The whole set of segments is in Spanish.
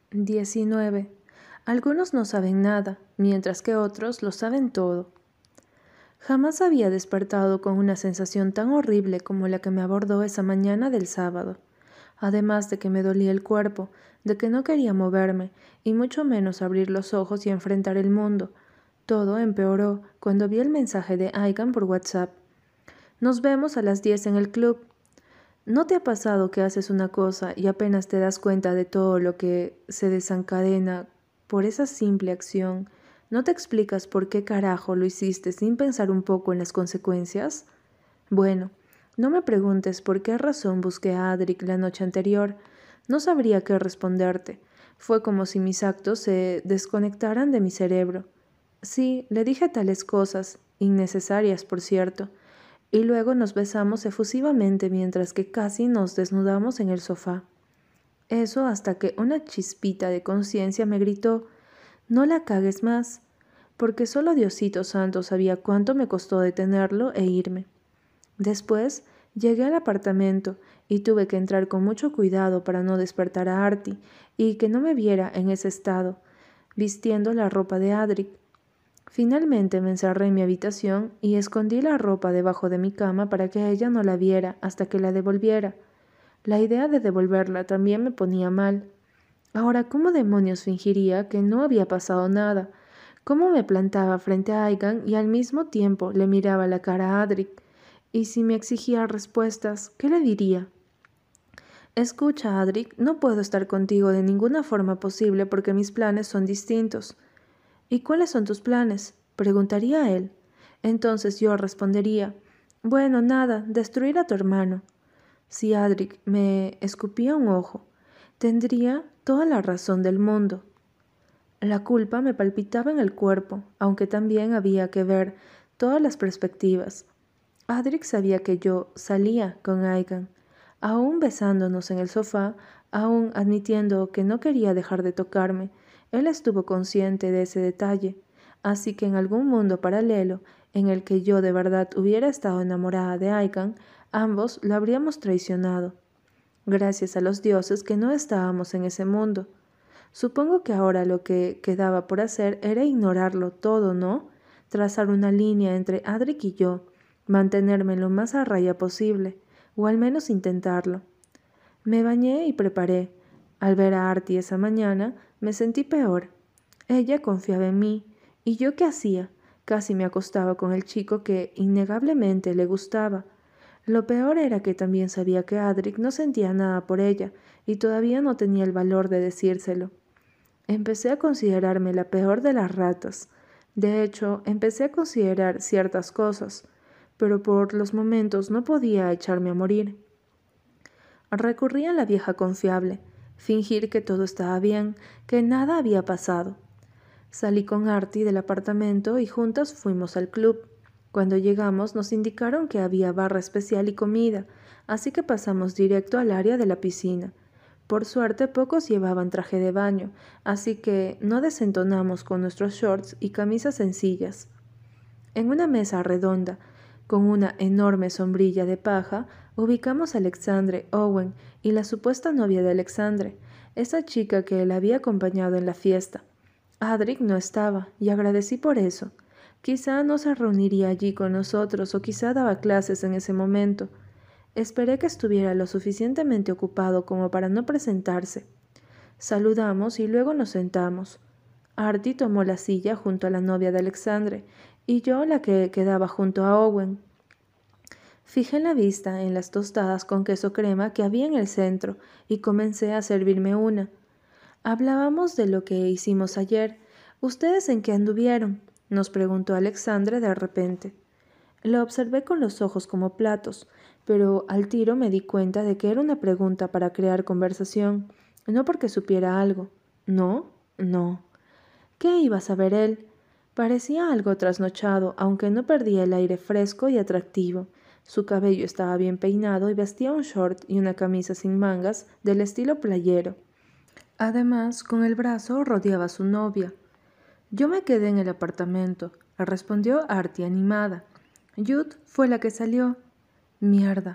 19. Algunos no saben nada, mientras que otros lo saben todo. Jamás había despertado con una sensación tan horrible como la que me abordó esa mañana del sábado. Además de que me dolía el cuerpo, de que no quería moverme, y mucho menos abrir los ojos y enfrentar el mundo. Todo empeoró cuando vi el mensaje de Aigan por WhatsApp. Nos vemos a las 10 en el club. ¿No te ha pasado que haces una cosa y apenas te das cuenta de todo lo que se desencadena por esa simple acción? ¿No te explicas por qué carajo lo hiciste sin pensar un poco en las consecuencias? Bueno, no me preguntes por qué razón busqué a Adric la noche anterior. No sabría qué responderte. Fue como si mis actos se desconectaran de mi cerebro. Sí, le dije tales cosas, innecesarias por cierto, y luego nos besamos efusivamente mientras que casi nos desnudamos en el sofá. Eso hasta que una chispita de conciencia me gritó: «No la cagues más», porque solo Diosito Santo sabía cuánto me costó detenerlo e irme. Después llegué al apartamento y tuve que entrar con mucho cuidado para no despertar a Artie y que no me viera en ese estado, vistiendo la ropa de Adric. Finalmente me encerré en mi habitación y escondí la ropa debajo de mi cama para que ella no la viera hasta que la devolviera. La idea de devolverla también me ponía mal. Ahora, ¿cómo demonios fingiría que no había pasado nada? ¿Cómo me plantaba frente a Aigan y al mismo tiempo le miraba la cara a Adric? Y si me exigía respuestas, ¿qué le diría? Escucha, Adric, no puedo estar contigo de ninguna forma posible porque mis planes son distintos. ¿Y cuáles son tus planes?, preguntaría él. Entonces yo respondería: bueno, nada, destruir a tu hermano. Si Adric me escupía un ojo, tendría toda la razón del mundo. La culpa me palpitaba en el cuerpo, aunque también había que ver todas las perspectivas. Adric sabía que yo salía con Aigan, aún besándonos en el sofá, aún admitiendo que no quería dejar de tocarme. Él estuvo consciente de ese detalle, así que en algún mundo paralelo, en el que yo de verdad hubiera estado enamorada de Aigan, ambos lo habríamos traicionado. Gracias a los dioses que no estábamos en ese mundo. Supongo que ahora lo que quedaba por hacer era ignorarlo todo, ¿no? Trazar una línea entre Adric y yo, mantenerme lo más a raya posible, o al menos intentarlo. Me bañé y preparé. Al ver a Artie esa mañana, me sentí peor. Ella confiaba en mí, ¿y yo qué hacía? Casi me acostaba con el chico que innegablemente le gustaba. Lo peor era que también sabía que Adric no sentía nada por ella, y todavía no tenía el valor de decírselo. Empecé a considerarme la peor de las ratas. De hecho, empecé a considerar ciertas cosas, pero por los momentos no podía echarme a morir. Recurrí a la vieja confiable, fingir que todo estaba bien, que nada había pasado. Salí con Artie del apartamento y juntas fuimos al club. Cuando llegamos nos indicaron que había barra especial y comida, así que pasamos directo al área de la piscina. Por suerte pocos llevaban traje de baño, así que no desentonamos con nuestros shorts y camisas sencillas. En una mesa redonda, con una enorme sombrilla de paja, ubicamos a Alexandre, Owen y la supuesta novia de Alexandre, esa chica que él había acompañado en la fiesta. Adric no estaba, y agradecí por eso. Quizá no se reuniría allí con nosotros o quizá daba clases en ese momento. Esperé que estuviera lo suficientemente ocupado como para no presentarse. Saludamos y luego nos sentamos. Artie tomó la silla junto a la novia de Alexandre y yo la que quedaba junto a Owen. Fijé la vista en las tostadas con queso crema que había en el centro y comencé a servirme una. Hablábamos de lo que hicimos ayer. ¿Ustedes en qué anduvieron?, nos preguntó Alexandre de repente. Lo observé con los ojos como platos, pero al tiro me di cuenta de que era una pregunta para crear conversación, no porque supiera algo. ¿No? No. ¿Qué iba a saber él? Parecía algo trasnochado, aunque no perdía el aire fresco y atractivo. Su cabello estaba bien peinado y vestía un short y una camisa sin mangas del estilo playero. Además, con el brazo rodeaba a su novia. Yo me quedé en el apartamento, respondió Artie animada. Jude fue la que salió. Mierda,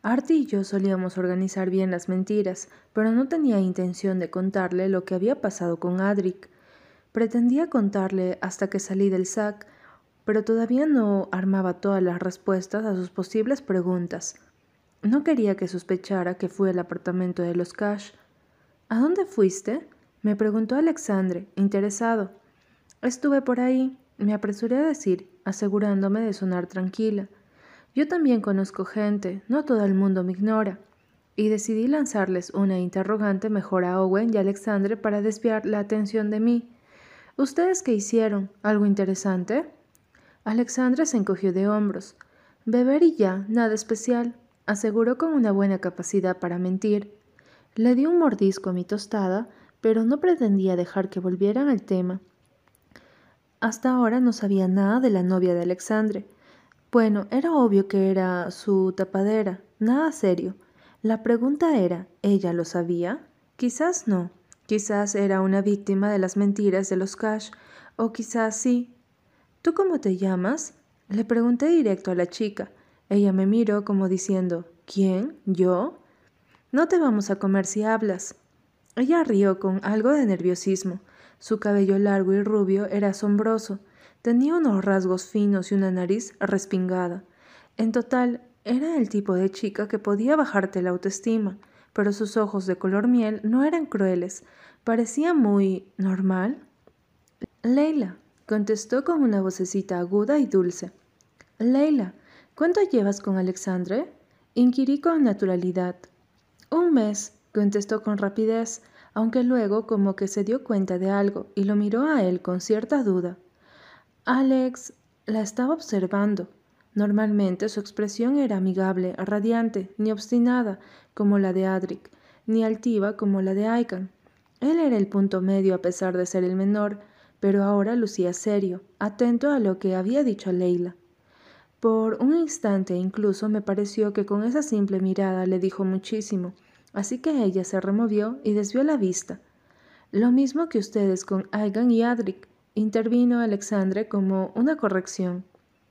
Artie y yo solíamos organizar bien las mentiras, pero no tenía intención de contarle lo que había pasado con Adric. Pretendía contarle hasta que salí del SAC, pero todavía no armaba todas las respuestas a sus posibles preguntas. No quería que sospechara que fui al apartamento de los Cash. ¿A dónde fuiste?, me preguntó Alexandre, interesado. Estuve por ahí, me apresuré a decir, asegurándome de sonar tranquila. Yo también conozco gente, no todo el mundo me ignora. Y decidí lanzarles una interrogante mejor a Owen y a Alexandre para desviar la atención de mí. ¿Ustedes qué hicieron? ¿Algo interesante? Alexandre se encogió de hombros. Beber y ya, nada especial, aseguró con una buena capacidad para mentir. Le di un mordisco a mi tostada, pero no pretendía dejar que volvieran al tema. Hasta ahora no sabía nada de la novia de Alexandre. Bueno, era obvio que era su tapadera, nada serio. La pregunta era, ¿ella lo sabía? Quizás no. Quizás era una víctima de las mentiras de los Cash, o quizás sí. ¿Tú cómo te llamas?, le pregunté directo a la chica. Ella me miró como diciendo, ¿quién? ¿Yo? No te vamos a comer si hablas. Ella rió con algo de nerviosismo. Su cabello largo y rubio era asombroso. Tenía unos rasgos finos y una nariz respingada. En total, era el tipo de chica que podía bajarte la autoestima, pero sus ojos de color miel no eran crueles. Parecía muy normal. Leila, contestó con una vocecita aguda y dulce. Leila, ¿cuánto llevas con Alexandre?, inquirí con naturalidad. Un mes, contestó con rapidez, aunque luego como que se dio cuenta de algo y lo miró a él con cierta duda. Alex la estaba observando. Normalmente su expresión era amigable, radiante, ni obstinada como la de Adric, ni altiva como la de Aikan. Él era el punto medio a pesar de ser el menor, pero ahora lucía serio, atento a lo que había dicho Leila. Por un instante incluso me pareció que con esa simple mirada le dijo muchísimo, así que ella se removió y desvió la vista. Lo mismo que ustedes con Aigan y Adric, intervino Alexandre como una corrección.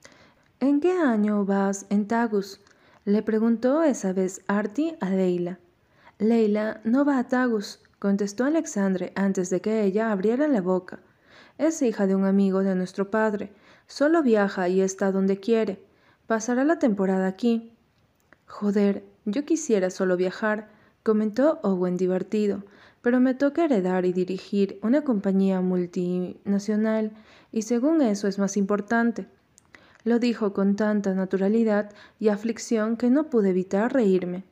¿En qué año vas en Tagus?, le preguntó esa vez Artie a Leila. Leila no va a Tagus, contestó Alexandre antes de que ella abriera la boca. Es hija de un amigo de nuestro padre. Solo viaja y está donde quiere. Pasará la temporada aquí. Joder, yo quisiera solo viajar, comentó Owen divertido, pero me toca heredar y dirigir una compañía multinacional y según eso es más importante. Lo dijo con tanta naturalidad y aflicción que no pude evitar reírme.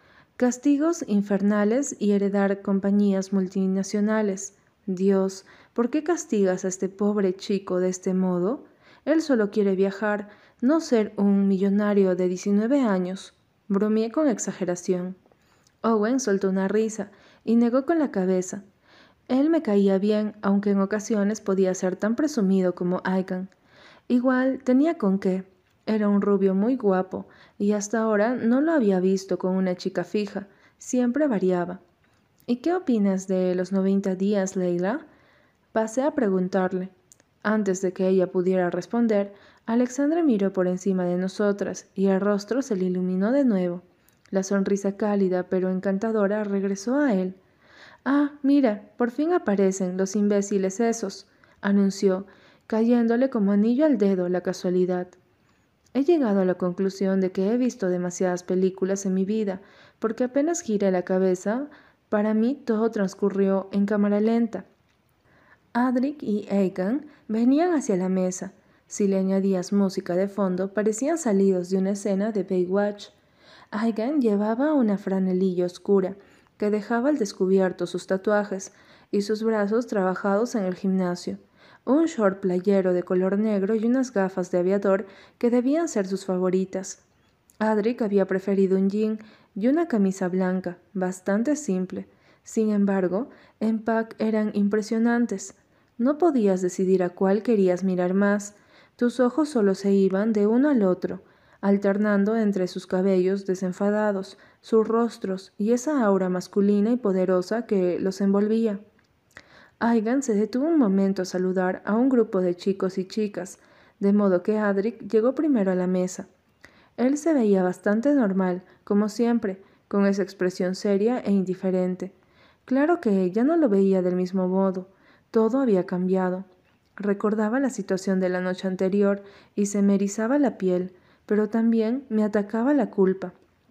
Castigos infernales y heredar compañías multinacionales. Dios, ¿por qué castigas a este pobre chico de este modo? Él solo quiere viajar, no ser un millonario de 19 años. Bromeé con exageración. Owen soltó una risa y negó con la cabeza. Él me caía bien, aunque en ocasiones podía ser tan presumido como Aikan. Igual tenía con qué. Era un rubio muy guapo, y hasta ahora no lo había visto con una chica fija. Siempre variaba. ¿Y qué opinas de los 90 días, Leila? Pasé a preguntarle. Antes de que ella pudiera responder, Alexandra miró por encima de nosotras, y el rostro se le iluminó de nuevo. La sonrisa cálida pero encantadora regresó a él. «Ah, mira, por fin aparecen los imbéciles esos», anunció, cayéndole como anillo al dedo la casualidad. He llegado a la conclusión de que he visto demasiadas películas en mi vida, porque apenas giré la cabeza, para mí todo transcurrió en cámara lenta. Adric y Aigan venían hacia la mesa. Si le añadías música de fondo, parecían salidos de una escena de Baywatch. Aigan llevaba una franelilla oscura, que dejaba al descubierto sus tatuajes y sus brazos trabajados en el gimnasio, un short playero de color negro y unas gafas de aviador que debían ser sus favoritas. Adric había preferido un jean y una camisa blanca, bastante simple. Sin embargo, en Pack eran impresionantes. No podías decidir a cuál querías mirar más. Tus ojos solo se iban de uno al otro, alternando entre sus cabellos desenfadados, sus rostros y esa aura masculina y poderosa que los envolvía. Aigan se detuvo un momento a saludar a un grupo de chicos y chicas, de modo que Adric llegó primero a la mesa. Él se veía bastante normal, como siempre, con esa expresión seria e indiferente. Claro que ya no lo veía del mismo modo. Todo había cambiado. Recordaba la situación de la noche anterior y se me erizaba la piel, pero también me atacaba la culpa.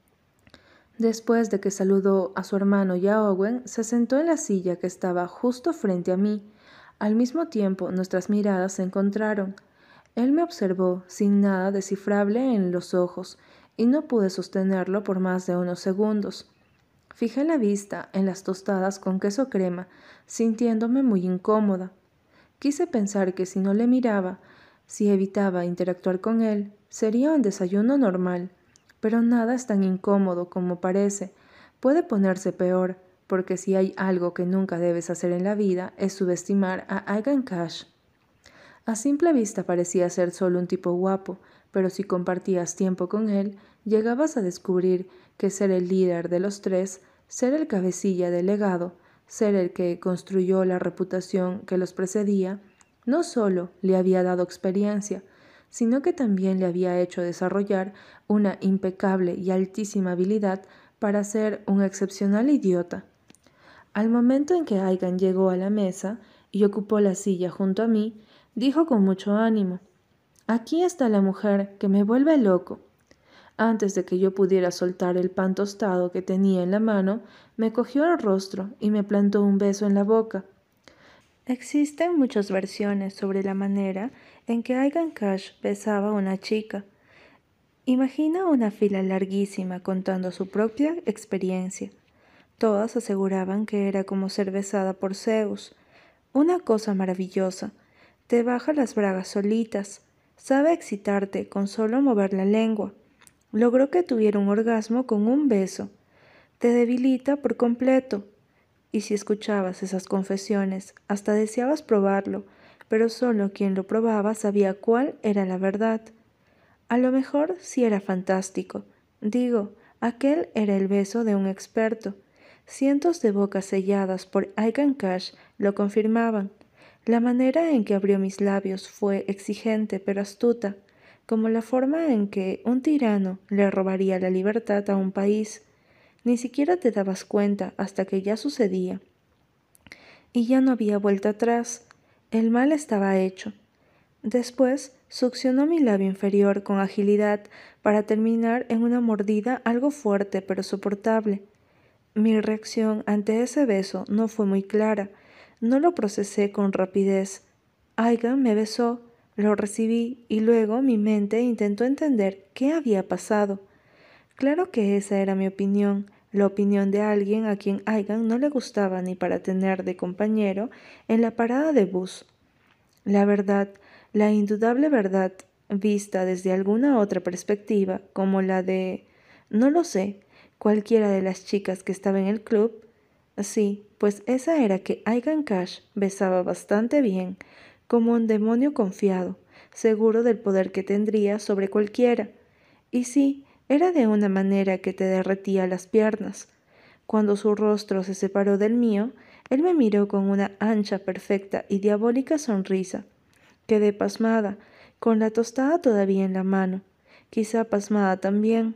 Después de que saludó a su hermano y a Owen, se sentó en la silla que estaba justo frente a mí. Al mismo tiempo, nuestras miradas se encontraron. Él me observó sin nada descifrable en los ojos, y no pude sostenerlo por más de unos segundos. Fijé la vista en las tostadas con queso crema, sintiéndome muy incómoda. Quise pensar que si no le miraba, si evitaba interactuar con él, sería un desayuno normal. Pero nada es tan incómodo como parece. Puede ponerse peor, porque si hay algo que nunca debes hacer en la vida es subestimar a Aigan Cash. A simple vista parecía ser solo un tipo guapo, pero si compartías tiempo con él, llegabas a descubrir que ser el líder de los tres, ser el cabecilla del legado, ser el que construyó la reputación que los precedía, no solo le había dado experiencia, sino que también le había hecho desarrollar una impecable y altísima habilidad para ser un excepcional idiota. Al momento en que Aigan llegó a la mesa y ocupó la silla junto a mí, dijo con mucho ánimo: «Aquí está la mujer que me vuelve loco». Antes de que yo pudiera soltar el pan tostado que tenía en la mano, me cogió el rostro y me plantó un beso en la boca. Existen muchas versiones sobre la manera en que Aigan Cash besaba a una chica. Imagina una fila larguísima contando su propia experiencia. Todas aseguraban que era como ser besada por Zeus. Una cosa maravillosa. Te baja las bragas solitas. Sabe excitarte con solo mover la lengua. Logró que tuviera un orgasmo con un beso. Te debilita por completo. Y si escuchabas esas confesiones, hasta deseabas probarlo, pero solo quien lo probaba sabía cuál era la verdad. A lo mejor sí era fantástico. Digo, aquel era el beso de un experto. Cientos de bocas selladas por Aigan Cash lo confirmaban. La manera en que abrió mis labios fue exigente pero astuta, como la forma en que un tirano le robaría la libertad a un país. Ni siquiera te dabas cuenta hasta que ya sucedía. Y ya no había vuelta atrás. El mal estaba hecho. Después succionó mi labio inferior con agilidad para terminar en una mordida algo fuerte pero soportable. Mi reacción ante ese beso no fue muy clara. No lo procesé con rapidez. Aigan me besó, lo recibí y luego mi mente intentó entender qué había pasado. Claro que esa era mi opinión, la opinión de alguien a quien Aigan no le gustaba ni para tener de compañero en la parada de bus. La verdad, la indudable verdad, vista desde alguna otra perspectiva, como la de, no lo sé, cualquiera de las chicas que estaba en el club, sí, pues esa era que Aigan Cash besaba bastante bien, como un demonio confiado, seguro del poder que tendría sobre cualquiera. Y sí, era de una manera que te derretía las piernas. Cuando su rostro se separó del mío, él me miró con una ancha, perfecta y diabólica sonrisa. Quedé pasmada, con la tostada todavía en la mano, quizá pasmada también.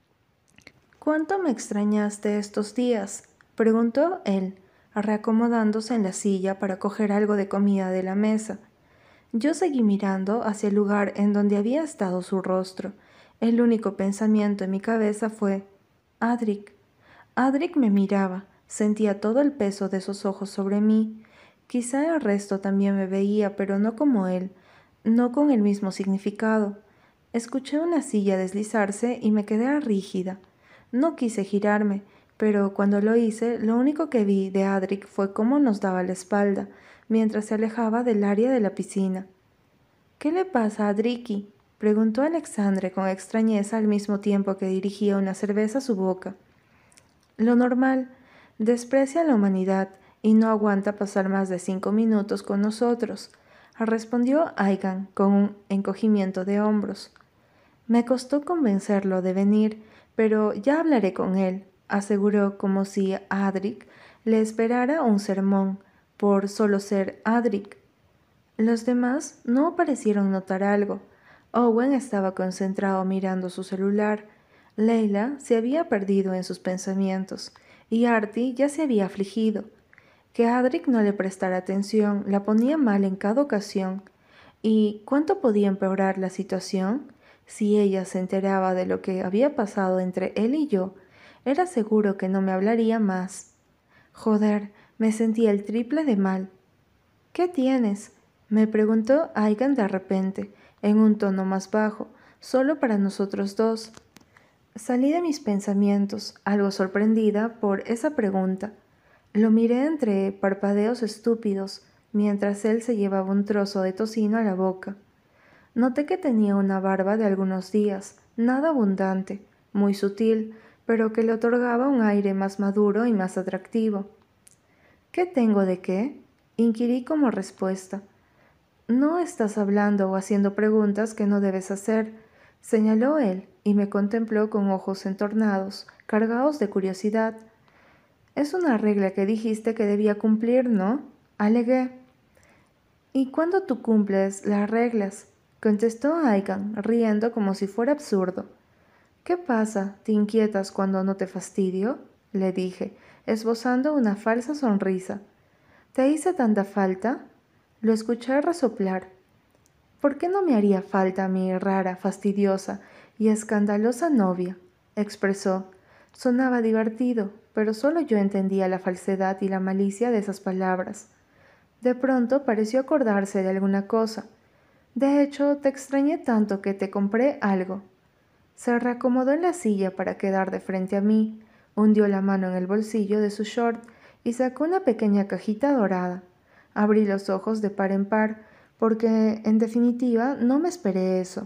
«¿Cuánto me extrañaste estos días?», preguntó él, reacomodándose en la silla para coger algo de comida de la mesa. Yo seguí mirando hacia el lugar en donde había estado su rostro. El único pensamiento en mi cabeza fue: «Adric». Adric me miraba, sentía todo el peso de esos ojos sobre mí. Quizá el resto también me veía, pero no como él, no con el mismo significado. Escuché una silla deslizarse y me quedé rígida. No quise girarme, pero cuando lo hice, lo único que vi de Adric fue cómo nos daba la espalda, mientras se alejaba del área de la piscina. «¿Qué le pasa a Adriki?», preguntó Alexandre con extrañeza al mismo tiempo que dirigía una cerveza a su boca. «Lo normal. Desprecia a la humanidad y no aguanta pasar más de 5 minutos con nosotros», respondió Aigan con un encogimiento de hombros. «Me costó convencerlo de venir, pero ya hablaré con él», aseguró, como si a Adric le esperara un sermón por solo ser Adric. Los demás no parecieron notar algo. Owen estaba concentrado mirando su celular. Leila se había perdido en sus pensamientos y Artie ya se había afligido. Que Adric no le prestara atención la ponía mal en cada ocasión. ¿Y cuánto podía empeorar la situación? Si ella se enteraba de lo que había pasado entre él y yo, era seguro que no me hablaría más. Joder, me sentía el triple de mal. ¿Qué tienes? Me preguntó Aigan de repente, en un tono más bajo, solo para nosotros dos. Salí de mis pensamientos, algo sorprendida por esa pregunta. Lo miré entre parpadeos estúpidos, mientras él se llevaba un trozo de tocino a la boca. Noté que tenía una barba de algunos días, nada abundante, muy sutil, pero que le otorgaba un aire más maduro y más atractivo. ¿Qué tengo de qué? Inquirí como respuesta. No estás hablando o haciendo preguntas que no debes hacer, señaló él, y me contempló con ojos entornados, cargados de curiosidad. Es una regla que dijiste que debía cumplir, ¿no? Alegué. ¿Y cuándo tú cumples las reglas? Contestó Aigan, riendo como si fuera absurdo. ¿Qué pasa? ¿Te inquietas cuando no te fastidio? Le dije, esbozando una falsa sonrisa. ¿Te hice tanta falta? Lo escuché resoplar. ¿Por qué no me haría falta mi rara, fastidiosa y escandalosa novia? Expresó. Sonaba divertido, pero solo yo entendía la falsedad y la malicia de esas palabras. De pronto pareció acordarse de alguna cosa. De hecho, te extrañé tanto que te compré algo. Se reacomodó en la silla para quedar de frente a mí, hundió la mano en el bolsillo de su short y sacó una pequeña cajita dorada. Abrí los ojos de par en par, porque, en definitiva, no me esperé eso.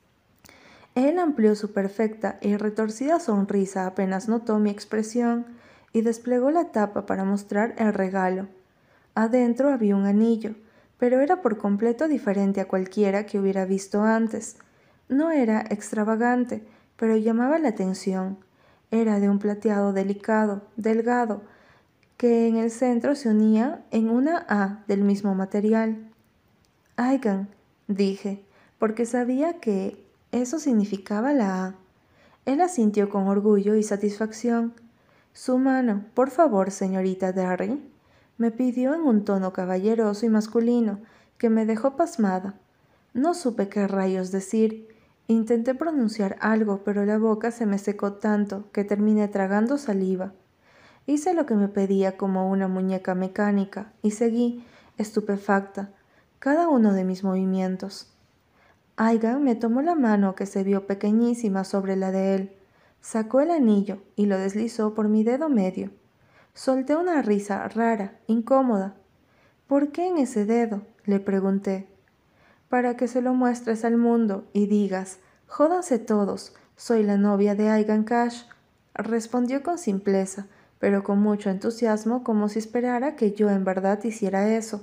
Él amplió su perfecta y retorcida sonrisa apenas notó mi expresión y desplegó la tapa para mostrar el regalo. Adentro había un anillo, pero era por completo diferente a cualquiera que hubiera visto antes. No era extravagante, pero llamaba la atención. Era de un plateado delicado, delgado, que en el centro se unía en una A del mismo material. Aigan, dije, porque sabía que eso significaba la A. Él asintió con orgullo y satisfacción. Su mano, por favor, señorita Darry, me pidió en un tono caballeroso y masculino, que me dejó pasmada. No supe qué rayos decir. Intenté pronunciar algo, pero la boca se me secó tanto que terminé tragando saliva. Hice lo que me pedía como una muñeca mecánica y seguí, estupefacta, cada uno de mis movimientos. Aigan me tomó la mano que se vio pequeñísima sobre la de él, sacó el anillo y lo deslizó por mi dedo medio. Solté una risa rara, incómoda. ¿Por qué en ese dedo? Le pregunté. Para que se lo muestres al mundo y digas, jódanse todos, soy la novia de Aigan Cash, respondió con simpleza, pero con mucho entusiasmo, como si esperara que yo en verdad hiciera eso.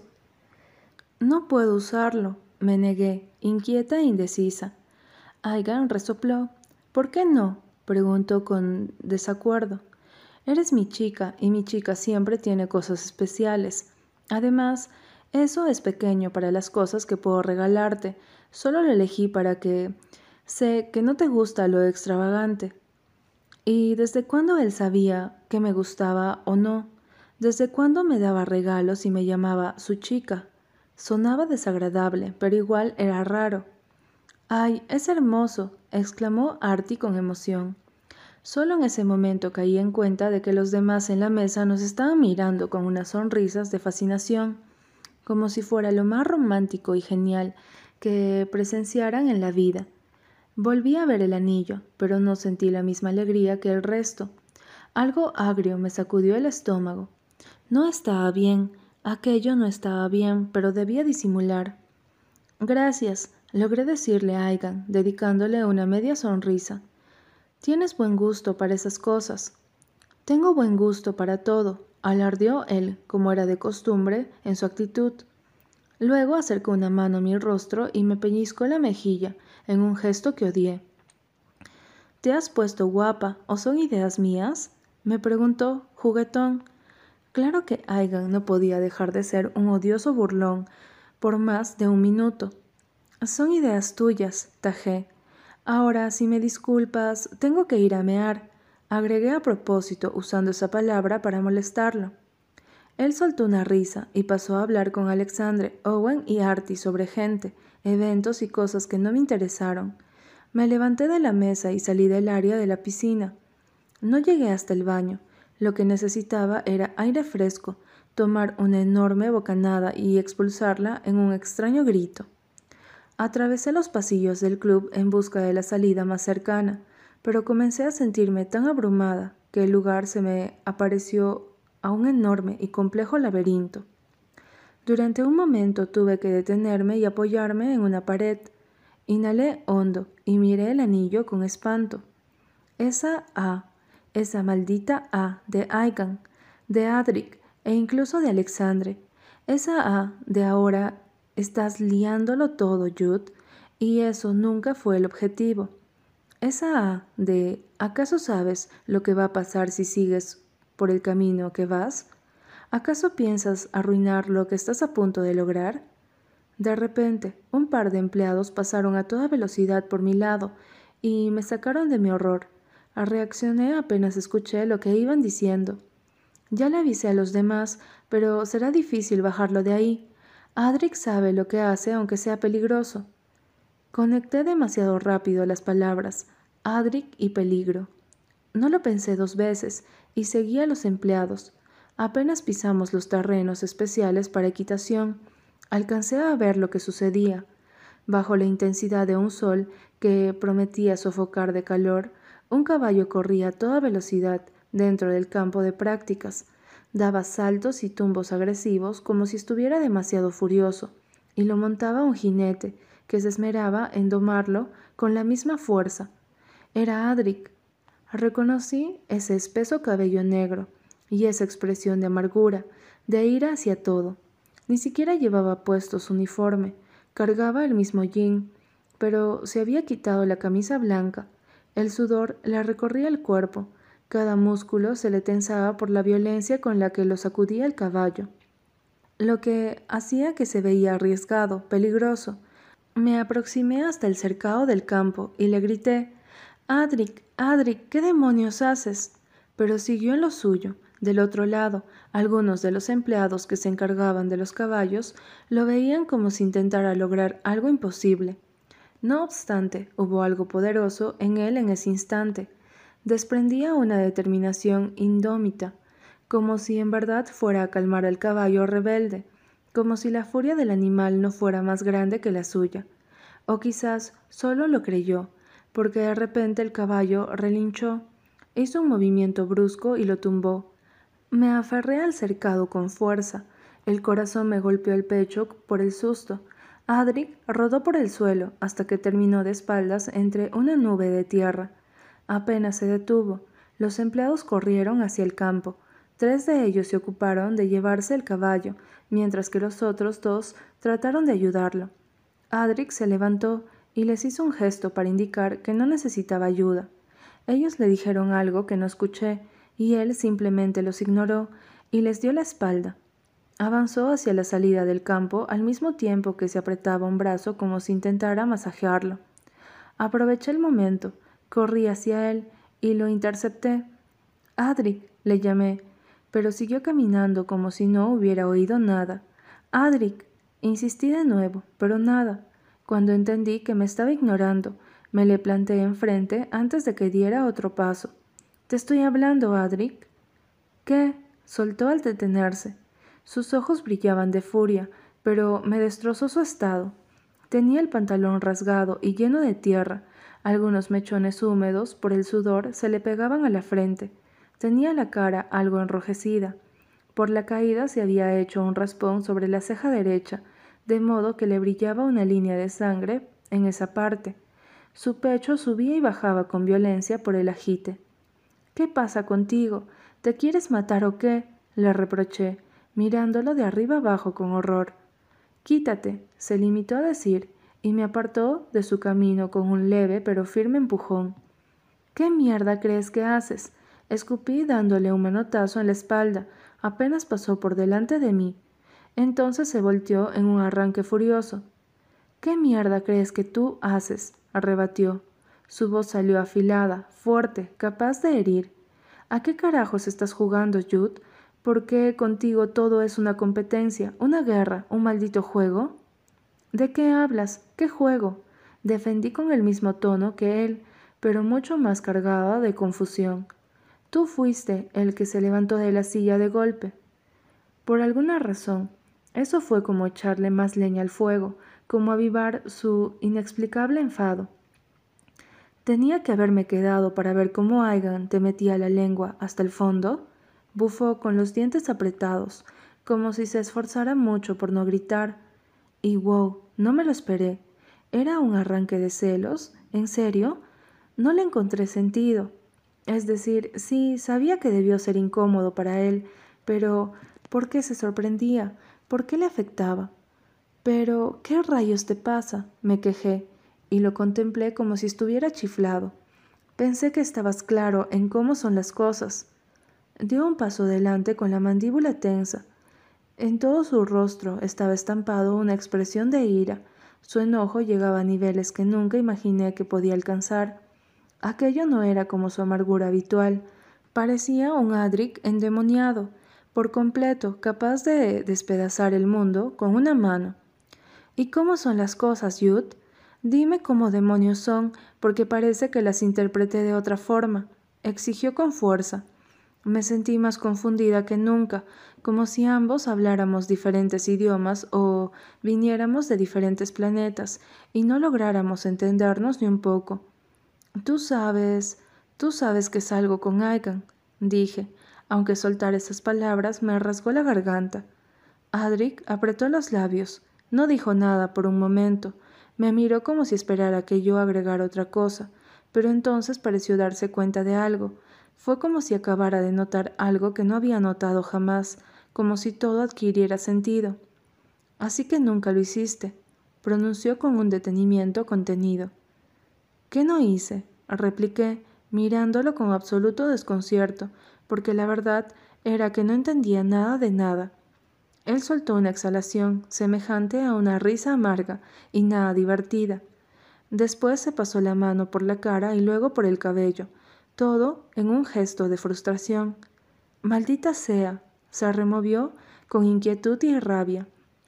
No puedo usarlo, me negué, inquieta e indecisa. Aigan resopló. ¿Por qué no? Preguntó con desacuerdo. Eres mi chica y mi chica siempre tiene cosas especiales. Además, eso es pequeño para las cosas que puedo regalarte. Solo lo elegí para que... Sé que no te gusta lo extravagante. ¿Y desde cuándo él sabía que me gustaba o no? ¿Desde cuándo me daba regalos y me llamaba su chica? Sonaba desagradable, pero igual era raro. ¡Ay, es hermoso! Exclamó Artie con emoción. Solo en ese momento caí en cuenta de que los demás en la mesa nos estaban mirando con unas sonrisas de fascinación, como si fuera lo más romántico y genial que presenciaran en la vida. Volví a ver el anillo, pero no sentí la misma alegría que el resto. Algo agrio me sacudió el estómago. No estaba bien, aquello no estaba bien, pero debía disimular. Gracias, logré decirle a Aigan, dedicándole una media sonrisa. Tienes buen gusto para esas cosas. Tengo buen gusto para todo, alardeó él, como era de costumbre, en su actitud. Luego acercó una mano a mi rostro y me pellizcó la mejilla, en un gesto que odié. ¿Te has puesto guapa o son ideas mías? Me preguntó, juguetón. Claro que Aigan no podía dejar de ser un odioso burlón por más de un minuto. Son ideas tuyas, tajé. Ahora, si me disculpas, tengo que ir a mear, agregué a propósito usando esa palabra para molestarlo. Él soltó una risa y pasó a hablar con Alexandre, Owen y Artie sobre gente, eventos y cosas que no me interesaron. Me levanté de la mesa y salí del área de la piscina. No llegué hasta el baño. Lo que necesitaba era aire fresco, tomar una enorme bocanada y expulsarla en un extraño grito. Atravesé los pasillos del club en busca de la salida más cercana, pero comencé a sentirme tan abrumada que el lugar se me apareció a un enorme y complejo laberinto. Durante un momento tuve que detenerme y apoyarme en una pared. Inhalé hondo y miré el anillo con espanto. Esa A, esa maldita A de Aigan, de Adric e incluso de Alexandre. Esa A de ahora estás liándolo todo, Jude, y eso nunca fue el objetivo. Esa A de ¿acaso sabes lo que va a pasar si sigues por el camino que vas? ¿Acaso piensas arruinar lo que estás a punto de lograr? De repente, un par de empleados pasaron a toda velocidad por mi lado y me sacaron de mi horror. Reaccioné apenas escuché lo que iban diciendo. Ya le avisé a los demás, pero será difícil bajarlo de ahí. Adric sabe lo que hace aunque sea peligroso. Conecté demasiado rápido las palabras, Adric y peligro. No lo pensé dos veces y seguí a los empleados. Apenas pisamos los terrenos especiales para equitación, alcancé a ver lo que sucedía. Bajo la intensidad de un sol que prometía sofocar de calor, un caballo corría a toda velocidad dentro del campo de prácticas. Daba saltos y tumbos agresivos como si estuviera demasiado furioso, y lo montaba un jinete que se esmeraba en domarlo con la misma fuerza. Era Adric. Reconocí ese espeso cabello negro y esa expresión de amargura, de ira hacia todo. Ni siquiera llevaba puesto su uniforme, cargaba el mismo jean, pero se había quitado la camisa blanca. El sudor le recorría el cuerpo, cada músculo se le tensaba por la violencia con la que lo sacudía el caballo, lo que hacía que se veía arriesgado, peligroso. Me aproximé hasta el cercado del campo y le grité: «Adric, Adric, ¿qué demonios haces?». Pero siguió en lo suyo. Del otro lado, algunos de los empleados que se encargaban de los caballos lo veían como si intentara lograr algo imposible. No obstante, hubo algo poderoso en él en ese instante. Desprendía una determinación indómita, como si en verdad fuera a calmar al caballo rebelde, como si la furia del animal no fuera más grande que la suya. O quizás solo lo creyó, porque de repente el caballo relinchó, hizo un movimiento brusco y lo tumbó. Me aferré al cercado con fuerza. El corazón me golpeó el pecho por el susto. Adric rodó por el suelo hasta que terminó de espaldas entre una nube de tierra. Apenas se detuvo. Los empleados corrieron hacia el campo. 3 de ellos se ocuparon de llevarse el caballo, mientras que los otros 2 trataron de ayudarlo. Adric se levantó y les hizo un gesto para indicar que no necesitaba ayuda. Ellos le dijeron algo que no escuché, y él simplemente los ignoró y les dio la espalda. Avanzó hacia la salida del campo al mismo tiempo que se apretaba un brazo como si intentara masajearlo. Aproveché el momento, corrí hacia él y lo intercepté. «Adric», le llamé, pero siguió caminando como si no hubiera oído nada. «Adric», insistí de nuevo, pero nada. Cuando entendí que me estaba ignorando, me le planté enfrente antes de que diera otro paso. «Te estoy hablando, Adric». «¿Qué?», soltó al detenerse. Sus ojos brillaban de furia, pero me destrozó su estado. Tenía el pantalón rasgado y lleno de tierra. Algunos mechones húmedos por el sudor se le pegaban a la frente. Tenía la cara algo enrojecida. Por la caída se había hecho un raspón sobre la ceja derecha, de modo que le brillaba una línea de sangre en esa parte. Su pecho subía y bajaba con violencia por el agite. «¿Qué pasa contigo? ¿Te quieres matar o qué?», le reproché, mirándolo de arriba abajo con horror. «Quítate», se limitó a decir, y me apartó de su camino con un leve pero firme empujón. «¿Qué mierda crees que haces?», escupí dándole un manotazo en la espalda. Apenas pasó por delante de mí. Entonces se volteó en un arranque furioso. «¿Qué mierda crees que tú haces?», arrebatió. Su voz salió afilada, fuerte, capaz de herir. ¿A qué carajos estás jugando, Jude? ¿Por qué contigo todo es una competencia, una guerra, un maldito juego? ¿De qué hablas? ¿Qué juego? Defendí con el mismo tono que él, pero mucho más cargada de confusión. Tú fuiste el que se levantó de la silla de golpe. Por alguna razón, eso fue como echarle más leña al fuego, como avivar su inexplicable enfado. ¿Tenía que haberme quedado para ver cómo Aigan te metía la lengua hasta el fondo? Bufó con los dientes apretados, como si se esforzara mucho por no gritar. Y wow, no me lo esperé. ¿Era un arranque de celos? ¿En serio? No le encontré sentido. Es decir, sí, sabía que debió ser incómodo para él, pero ¿por qué se sorprendía? ¿Por qué le afectaba? Pero, ¿qué rayos te pasa? Me quejé, y lo contemplé como si estuviera chiflado. Pensé que estabas claro en cómo son las cosas. Dio un paso adelante con la mandíbula tensa. En todo su rostro estaba estampado una expresión de ira. Su enojo llegaba a niveles que nunca imaginé que podía alcanzar. Aquello no era como su amargura habitual. Parecía un Adric endemoniado, por completo capaz de despedazar el mundo con una mano. ¿Y cómo son las cosas, Jude? Dime cómo demonios son, porque parece que las interpreté de otra forma, exigió con fuerza. Me sentí más confundida que nunca, como si ambos habláramos diferentes idiomas o viniéramos de diferentes planetas y no lográramos entendernos ni un poco. Tú sabes que salgo con Aigan, dije, aunque soltar esas palabras me rasgó la garganta. Adric apretó los labios. No dijo nada por un momento. Me miró como si esperara que yo agregara otra cosa, pero entonces pareció darse cuenta de algo. Fue como si acabara de notar algo que no había notado jamás, como si todo adquiriera sentido. Así que nunca lo hiciste, pronunció con un detenimiento contenido. ¿Qué no hice? Repliqué, mirándolo con absoluto desconcierto, porque la verdad era que no entendía nada de nada. Él soltó una exhalación semejante a una risa amarga y nada divertida. Después se pasó la mano por la cara y luego por el cabello, todo en un gesto de frustración. «Maldita sea», se removió con inquietud y rabia.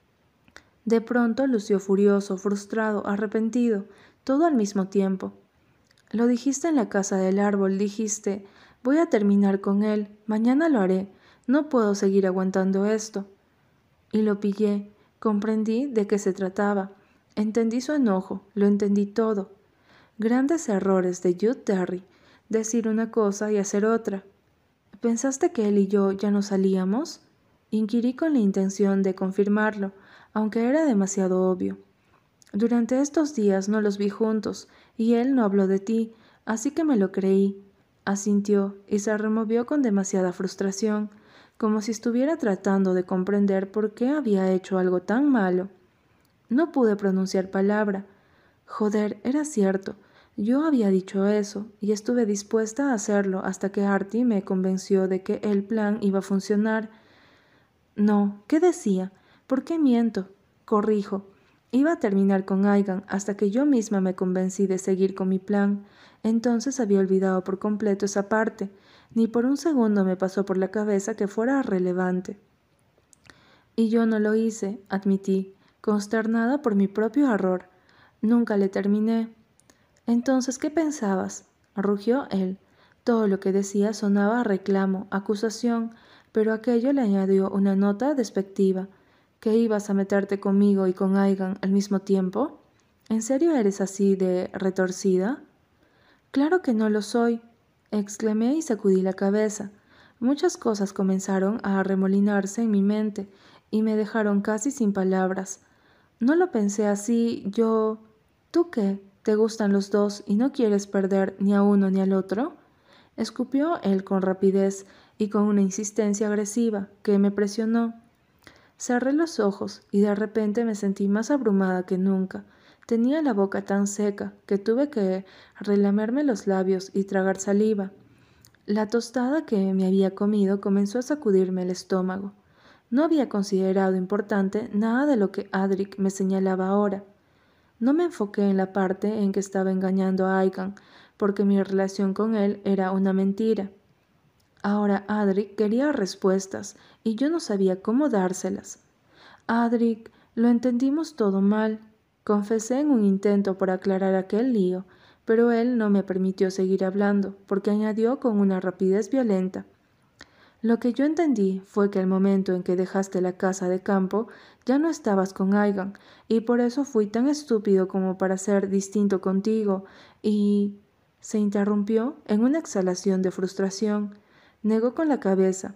De pronto lució furioso, frustrado, arrepentido, todo al mismo tiempo. «Lo dijiste en la casa del árbol, dijiste, voy a terminar con él, mañana lo haré, no puedo seguir aguantando esto». Y lo pillé, comprendí de qué se trataba, entendí su enojo, lo entendí todo. Grandes errores de Jude Derry, decir una cosa y hacer otra. ¿Pensaste que él y yo ya no salíamos? Inquirí con la intención de confirmarlo, aunque era demasiado obvio. Durante estos días no los vi juntos, y él no habló de ti, así que me lo creí. Asintió y se removió con demasiada frustración, como si estuviera tratando de comprender por qué había hecho algo tan malo. No pude pronunciar palabra. Joder, era cierto. Yo había dicho eso, y estuve dispuesta a hacerlo hasta que Artie me convenció de que el plan iba a funcionar. No, ¿qué decía? ¿Por qué miento? Corrijo. Iba a terminar con Aigan hasta que yo misma me convencí de seguir con mi plan. Entonces había olvidado por completo esa parte. Ni por un segundo me pasó por la cabeza que fuera relevante. Y yo no lo hice, admití, consternada por mi propio error. Nunca le terminé. Entonces, ¿qué pensabas? Rugió él. Todo lo que decía sonaba a reclamo, acusación, pero aquello le añadió una nota despectiva. ¿Que ibas a meterte conmigo y con Aigan al mismo tiempo? ¿En serio eres así de retorcida? Claro que no lo soy, exclamé y sacudí la cabeza. Muchas cosas comenzaron a arremolinarse en mi mente y me dejaron casi sin palabras. No lo pensé así, yo... ¿Tú qué? ¿Te gustan los dos y no quieres perder ni a uno ni al otro? Escupió él con rapidez y con una insistencia agresiva que me presionó. Cerré los ojos y de repente me sentí más abrumada que nunca. Tenía la boca tan seca que tuve que relamerme los labios y tragar saliva. La tostada que me había comido comenzó a sacudirme el estómago. No había considerado importante nada de lo que Adric me señalaba ahora. No me enfoqué en la parte en que estaba engañando a Aigan, porque mi relación con él era una mentira. Ahora Adric quería respuestas y yo no sabía cómo dárselas. Adric, lo entendimos todo mal, confesé en un intento por aclarar aquel lío, pero él no me permitió seguir hablando, porque añadió con una rapidez violenta. Lo que yo entendí fue que al momento en que dejaste la casa de campo ya no estabas con Aigan, y por eso fui tan estúpido como para ser distinto contigo, y... Se interrumpió en una exhalación de frustración. Negó con la cabeza.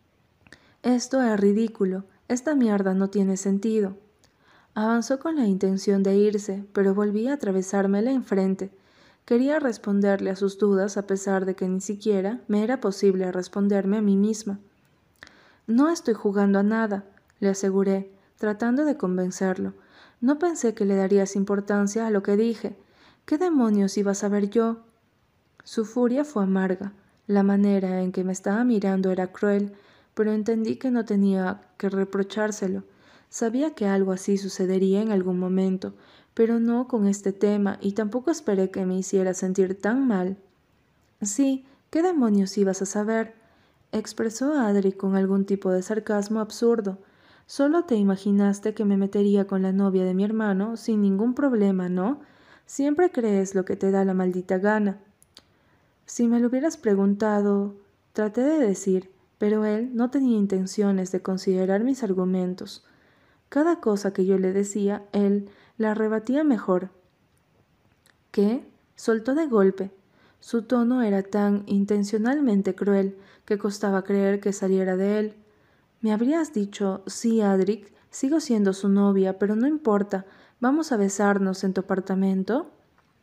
Esto es ridículo. Esta mierda no tiene sentido. Avanzó con la intención de irse, pero volví a atravesármela enfrente. Quería responderle a sus dudas a pesar de que ni siquiera me era posible responderme a mí misma. No estoy jugando a nada, le aseguré, tratando de convencerlo. No pensé que le darías importancia a lo que dije. ¿Qué demonios iba a saber yo? Su furia fue amarga. La manera en que me estaba mirando era cruel, pero entendí que no tenía que reprochárselo. Sabía que algo así sucedería en algún momento, pero no con este tema, y tampoco esperé que me hiciera sentir tan mal. Sí, ¿qué demonios ibas a saber? Expresó Adri con algún tipo de sarcasmo absurdo. Solo te imaginaste que me metería con la novia de mi hermano sin ningún problema, ¿no? Siempre crees lo que te da la maldita gana. Si me lo hubieras preguntado, traté de decir, pero él no tenía intenciones de considerar mis argumentos. Cada cosa que yo le decía, él la rebatía mejor. ¿Qué? Soltó de golpe. Su tono era tan intencionalmente cruel que costaba creer que saliera de él. Me habrías dicho, sí, Adric, sigo siendo su novia, pero no importa, ¿vamos a besarnos en tu apartamento?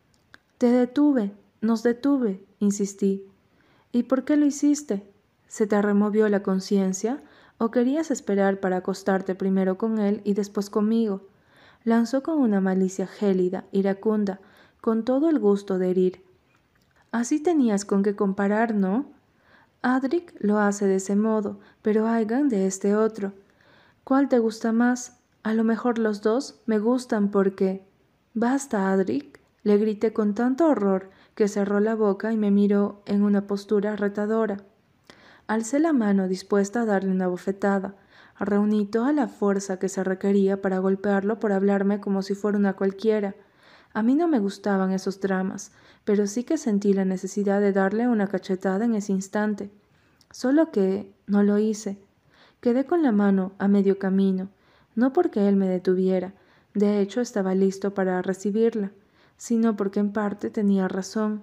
Nos detuve, insistí. ¿Y por qué lo hiciste? ¿Se te removió la conciencia? ¿O querías esperar para acostarte primero con él y después conmigo? Lanzó con una malicia gélida, iracunda, con todo el gusto de herir. Así tenías con qué comparar, ¿no? Adric lo hace de ese modo, pero Aigan de este otro. ¿Cuál te gusta más? A lo mejor los dos me gustan porque... Basta, Adric, le grité con tanto horror que cerró la boca y me miró en una postura retadora. Alcé la mano dispuesta a darle una bofetada. Reuní toda la fuerza que se requería para golpearlo por hablarme como si fuera una cualquiera. A mí no me gustaban esos dramas, pero sí que sentí la necesidad de darle una cachetada en ese instante. Solo que no lo hice. Quedé con la mano a medio camino, no porque él me detuviera, de hecho estaba listo para recibirla, sino porque en parte tenía razón.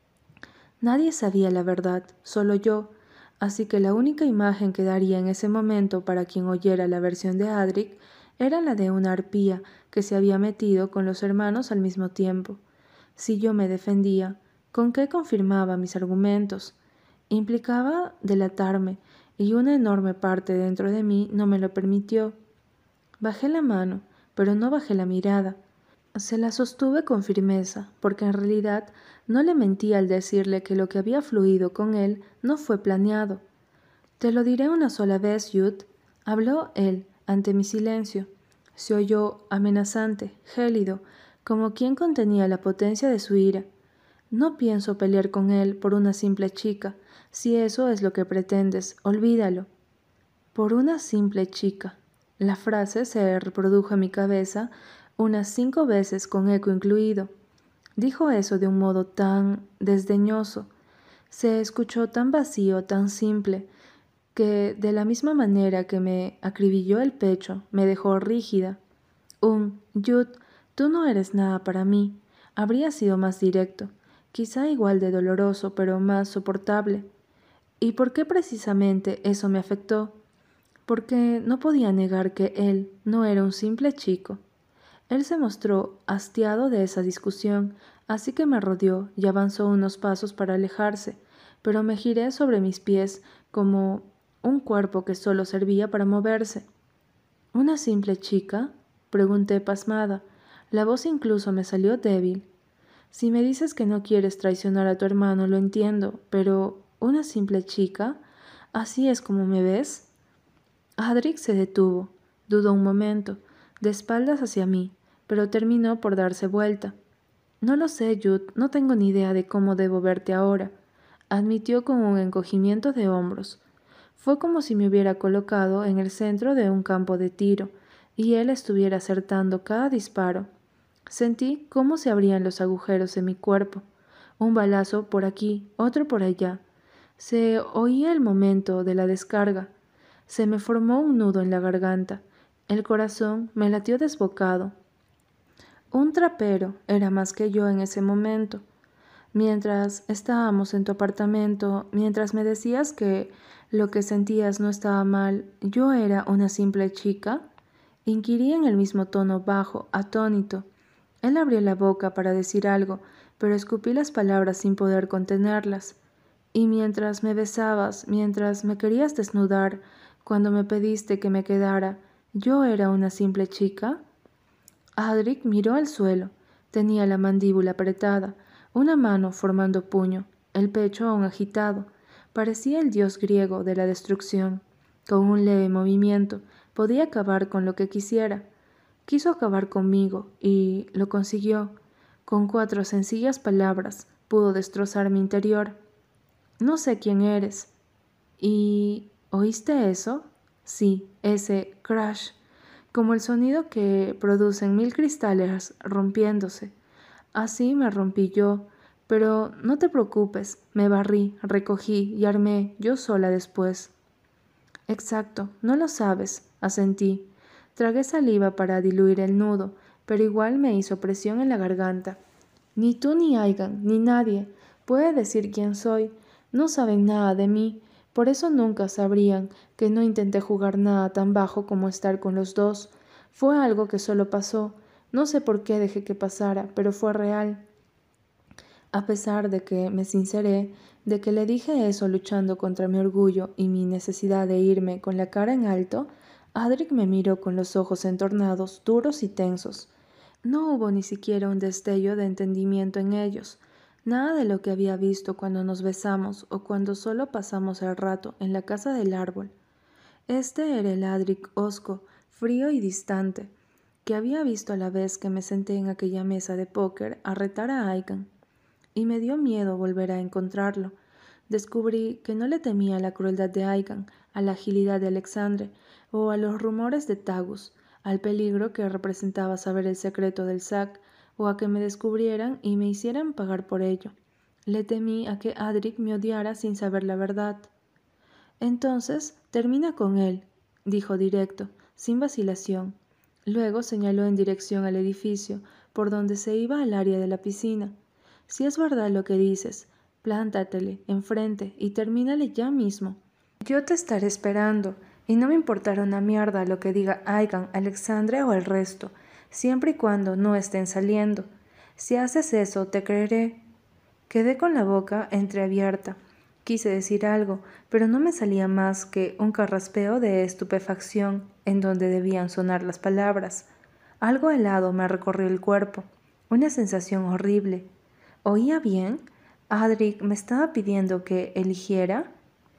Nadie sabía la verdad, solo yo, así que la única imagen que daría en ese momento para quien oyera la versión de Adric era la de una arpía que se había metido con los hermanos al mismo tiempo. Si yo me defendía, ¿con qué confirmaba mis argumentos? Implicaba delatarme, y una enorme parte dentro de mí no me lo permitió. Bajé la mano, pero no bajé la mirada. Se la sostuve con firmeza, porque en realidad no le mentí al decirle que lo que había fluido con él no fue planeado. Te lo diré una sola vez, Jude, habló él ante mi silencio. Se oyó amenazante, gélido, como quien contenía la potencia de su ira. No pienso pelear con él por una simple chica. Si eso es lo que pretendes, olvídalo. Por una simple chica. La frase se reprodujo en mi cabeza unas 5 veces con eco incluido. Dijo eso de un modo tan desdeñoso. Se escuchó tan vacío, tan simple, que de la misma manera que me acribilló el pecho, me dejó rígida. Jude, tú no eres nada para mí. Habría sido más directo, quizá igual de doloroso, pero más soportable. ¿Y por qué precisamente eso me afectó? Porque no podía negar que él no era un simple chico. Él se mostró hastiado de esa discusión, así que me rodeó y avanzó unos pasos para alejarse, pero me giré sobre mis pies como un cuerpo que solo servía para moverse. ¿Una simple chica? Pregunté pasmada. La voz incluso me salió débil. Si me dices que no quieres traicionar a tu hermano, lo entiendo, pero ¿una simple chica? ¿Así es como me ves? Adric se detuvo, dudó un momento, de espaldas hacia mí, pero terminó por darse vuelta. «No lo sé, Jude, no tengo ni idea de cómo debo verte ahora», admitió con un encogimiento de hombros. Fue como si me hubiera colocado en el centro de un campo de tiro y él estuviera acertando cada disparo. Sentí cómo se abrían los agujeros en mi cuerpo, un balazo por aquí, otro por allá. Se oía el momento de la descarga. Se me formó un nudo en la garganta. El corazón me latió desbocado. Un trapero era más que yo en ese momento. Mientras estábamos en tu apartamento, mientras me decías que lo que sentías no estaba mal, ¿yo era una simple chica?, inquirí en el mismo tono bajo, atónito. Él abrió la boca para decir algo, pero escupí las palabras sin poder contenerlas. Y mientras me besabas, mientras me querías desnudar, cuando me pediste que me quedara, ¿yo era una simple chica? Adric miró al suelo. Tenía la mandíbula apretada, una mano formando puño, el pecho aún agitado. Parecía el dios griego de la destrucción. Con un leve movimiento podía acabar con lo que quisiera. Quiso acabar conmigo y lo consiguió. Con 4 sencillas palabras pudo destrozar mi interior. «No sé quién eres». «¿Y oíste eso?» «Sí, ese crash, como el sonido que producen 1000 cristales rompiéndose. Así me rompí yo, pero no te preocupes, me barrí, recogí y armé yo sola después». «Exacto, no lo sabes», asentí. Tragué saliva para diluir el nudo, pero igual me hizo presión en la garganta. «Ni tú ni Aigan, ni nadie puede decir quién soy. No saben nada de mí, por eso nunca sabrían que no intenté jugar nada tan bajo como estar con los dos. Fue algo que solo pasó. No sé por qué dejé que pasara, pero fue real». A pesar de que me sinceré, de que le dije eso luchando contra mi orgullo y mi necesidad de irme con la cara en alto, Adric me miró con los ojos entornados, duros y tensos. No hubo ni siquiera un destello de entendimiento en ellos, nada de lo que había visto cuando nos besamos o cuando solo pasamos el rato en la casa del árbol. Este era el Adric hosco, frío y distante, que había visto a la vez que me senté en aquella mesa de póker a retar a Aigan. Y me dio miedo volver a encontrarlo. Descubrí que no le temía a la crueldad de Aigan, a la agilidad de Alexandre o a los rumores de Tagus, al peligro que representaba saber el secreto del Zack o a que me descubrieran y me hicieran pagar por ello. Le temí a que Adric me odiara sin saber la verdad. «Entonces, termina con él», dijo directo, sin vacilación. Luego señaló en dirección al edificio, por donde se iba al área de la piscina. «Si es verdad lo que dices, plántatele enfrente y termínale ya mismo. Yo te estaré esperando, y no me importará una mierda lo que diga Aigan, Alexandre o el resto, siempre y cuando no estén saliendo. Si haces eso, te creeré». Quedé con la boca entreabierta. Quise decir algo, pero no me salía más que un carraspeo de estupefacción en donde debían sonar las palabras. Algo helado me recorrió el cuerpo, una sensación horrible. ¿Oía bien? ¿Adric me estaba pidiendo que eligiera?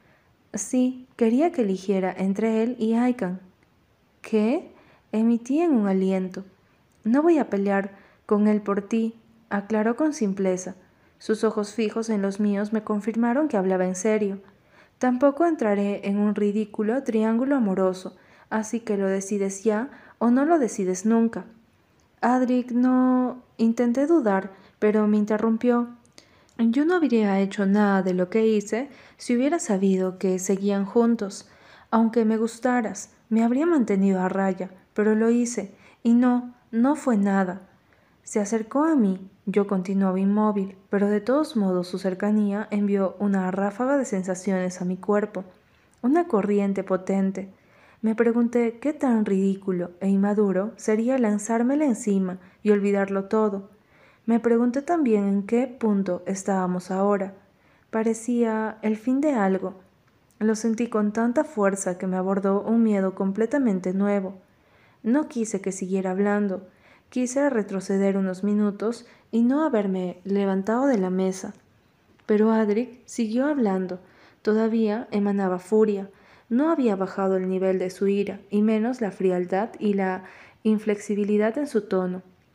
Sí, quería que eligiera entre él y Aigan. ¿Qué? Emití en un aliento. «No voy a pelear con él por ti», aclaró con simpleza. Sus ojos fijos en los míos me confirmaron que hablaba en serio. «Tampoco entraré en un ridículo triángulo amoroso, así que lo decides ya o no lo decides nunca». «Adric, no...» Intenté dudar, pero me interrumpió. «Yo no habría hecho nada de lo que hice si hubiera sabido que seguían juntos. Aunque me gustaras, me habría mantenido a raya, pero lo hice, y no fue nada». Se acercó a mí. Yo continuaba inmóvil, pero de todos modos su cercanía envió una ráfaga de sensaciones a mi cuerpo, una corriente potente. Me pregunté qué tan ridículo e inmaduro sería lanzármela encima y olvidarlo todo. Me pregunté también en qué punto estábamos ahora. Parecía el fin de algo. Lo sentí con tanta fuerza que me abordó un miedo completamente nuevo. No quise que siguiera hablando. Quise retroceder unos minutos y no haberme levantado de la mesa. Pero Adric siguió hablando. Todavía emanaba furia. No había bajado el nivel de su ira, y menos la frialdad y la inflexibilidad en su tono.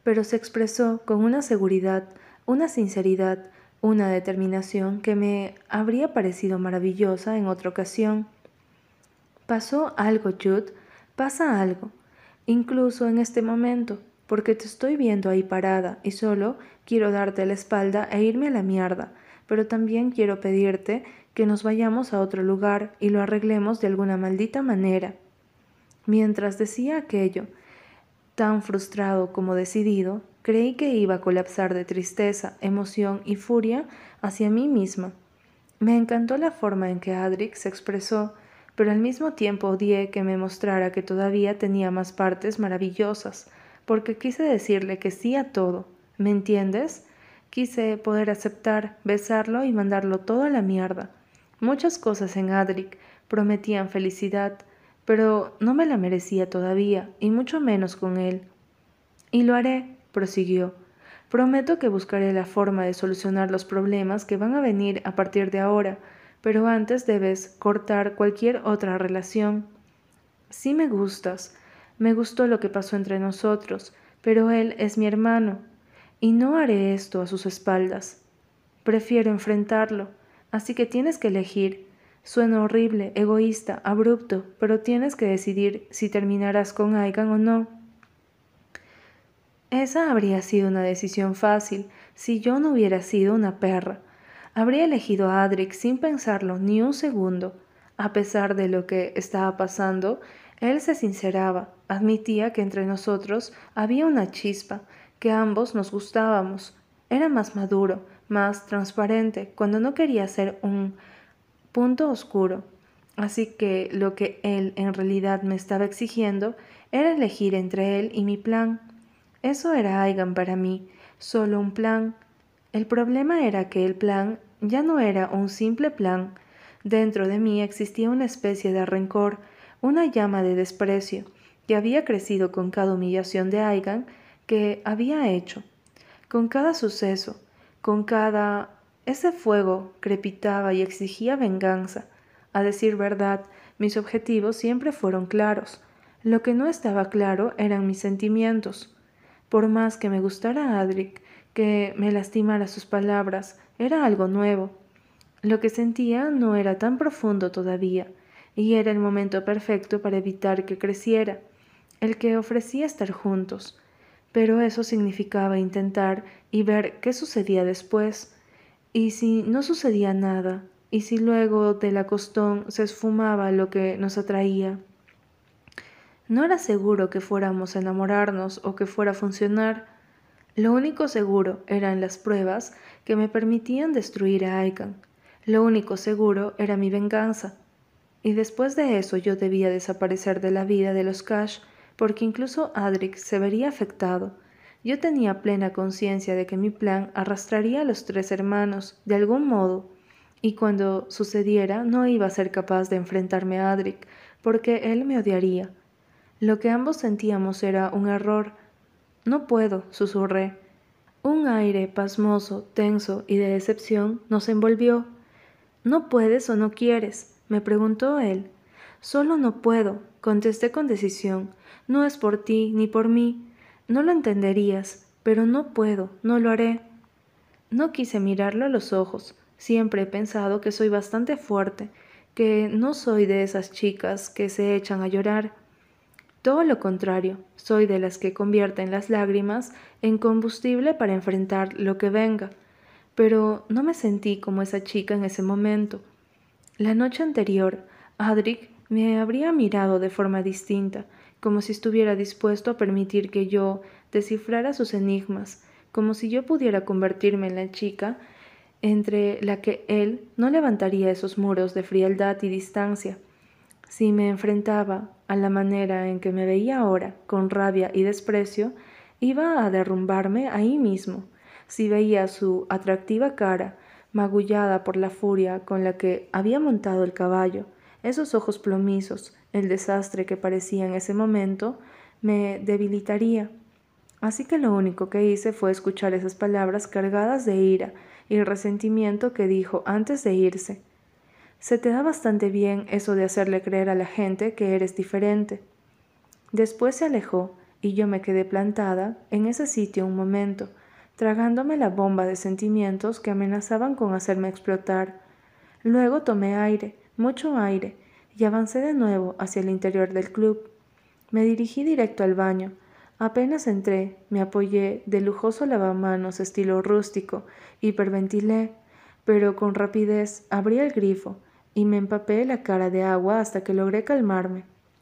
pero se expresó con una seguridad, una sinceridad, una determinación que me habría parecido maravillosa en otra ocasión. Pasó algo, Jude, pasa algo, incluso en este momento, porque te estoy viendo ahí parada y solo quiero darte la espalda e irme a la mierda, pero también quiero pedirte que nos vayamos a otro lugar y lo arreglemos de alguna maldita manera. Mientras decía aquello, tan frustrado como decidido, creí que iba a colapsar de tristeza, emoción y furia hacia mí misma. Me encantó la forma en que Adric se expresó, pero al mismo tiempo odié que me mostrara que todavía tenía más partes maravillosas, porque quise decirle que sí a todo, ¿me entiendes? Quise poder aceptar, besarlo y mandarlo todo a la mierda. Muchas cosas en Adric prometían felicidad, pero no me la merecía todavía, y mucho menos con él. Y lo haré, prosiguió. Prometo que buscaré la forma de solucionar los problemas que van a venir a partir de ahora, pero antes debes cortar cualquier otra relación. Sí me gustas, me gustó lo que pasó entre nosotros, pero él es mi hermano, y no haré esto a sus espaldas. Prefiero enfrentarlo, así que tienes que elegir. Suena horrible, egoísta, abrupto, pero tienes que decidir si terminarás con Aigan o no. Esa habría sido una decisión fácil si yo no hubiera sido una perra. Habría elegido a Adric sin pensarlo ni un segundo. A pesar de lo que estaba pasando, él se sinceraba, admitía que entre nosotros había una chispa, que ambos nos gustábamos. Era más maduro, más transparente, cuando no quería ser un punto oscuro. Así que lo que él en realidad me estaba exigiendo era elegir entre él y mi plan. Eso era Aigan para mí, solo un plan. El problema era que el plan ya no era un simple plan. Dentro de mí existía una especie de rencor, una llama de desprecio, que había crecido con cada humillación de Aigan que había hecho, con cada suceso, con cada... Ese fuego crepitaba y exigía venganza. A decir verdad, mis objetivos siempre fueron claros. Lo que no estaba claro eran mis sentimientos. Por más que me gustara Adric, que me lastimara sus palabras, era algo nuevo. Lo que sentía no era tan profundo todavía, y era el momento perfecto para evitar que creciera, el que ofrecía estar juntos. Pero eso significaba intentar y ver qué sucedía después. Y si no sucedía nada, y si luego del acostón se esfumaba lo que nos atraía. No era seguro que fuéramos a enamorarnos o que fuera a funcionar. Lo único seguro eran las pruebas que me permitían destruir a Aigan. Lo único seguro era mi venganza. Y después de eso yo debía desaparecer de la vida de los Cash, porque incluso Adric se vería afectado. Yo tenía plena conciencia de que mi plan arrastraría a los tres hermanos, de algún modo, y cuando sucediera no iba a ser capaz de enfrentarme a Adric, porque él me odiaría. Lo que ambos sentíamos era un error. No puedo, susurré. Un aire pasmoso, tenso y de decepción nos envolvió. ¿No puedes o no quieres?, me preguntó él. Solo no puedo, contesté con decisión. No es por ti ni por mí. No lo entenderías, pero no puedo, no lo haré. No quise mirarlo a los ojos. Siempre he pensado que soy bastante fuerte, que no soy de esas chicas que se echan a llorar. Todo lo contrario, soy de las que convierten las lágrimas en combustible para enfrentar lo que venga. Pero no me sentí como esa chica en ese momento. La noche anterior, Adric me habría mirado de forma distinta, como si estuviera dispuesto a permitir que yo descifrara sus enigmas, como si yo pudiera convertirme en la chica entre la que él no levantaría esos muros de frialdad y distancia. Si me enfrentaba a la manera en que me veía ahora, con rabia y desprecio, iba a derrumbarme ahí mismo. Si veía su atractiva cara, magullada por la furia con la que había montado el caballo, esos ojos plomizos, el desastre que parecía en ese momento, me debilitaría. Así que lo único que hice fue escuchar esas palabras cargadas de ira y resentimiento que dijo antes de irse. Se te da bastante bien eso de hacerle creer a la gente que eres diferente. Después se alejó y yo me quedé plantada en ese sitio un momento, tragándome la bomba de sentimientos que amenazaban con hacerme explotar. Luego tomé aire, mucho aire, y avancé de nuevo hacia el interior del club. Me dirigí directo al baño. Apenas entré, me apoyé del lujoso lavamanos estilo rústico, hiperventilé, pero con rapidez abrí el grifo y me empapé la cara de agua hasta que logré calmarme.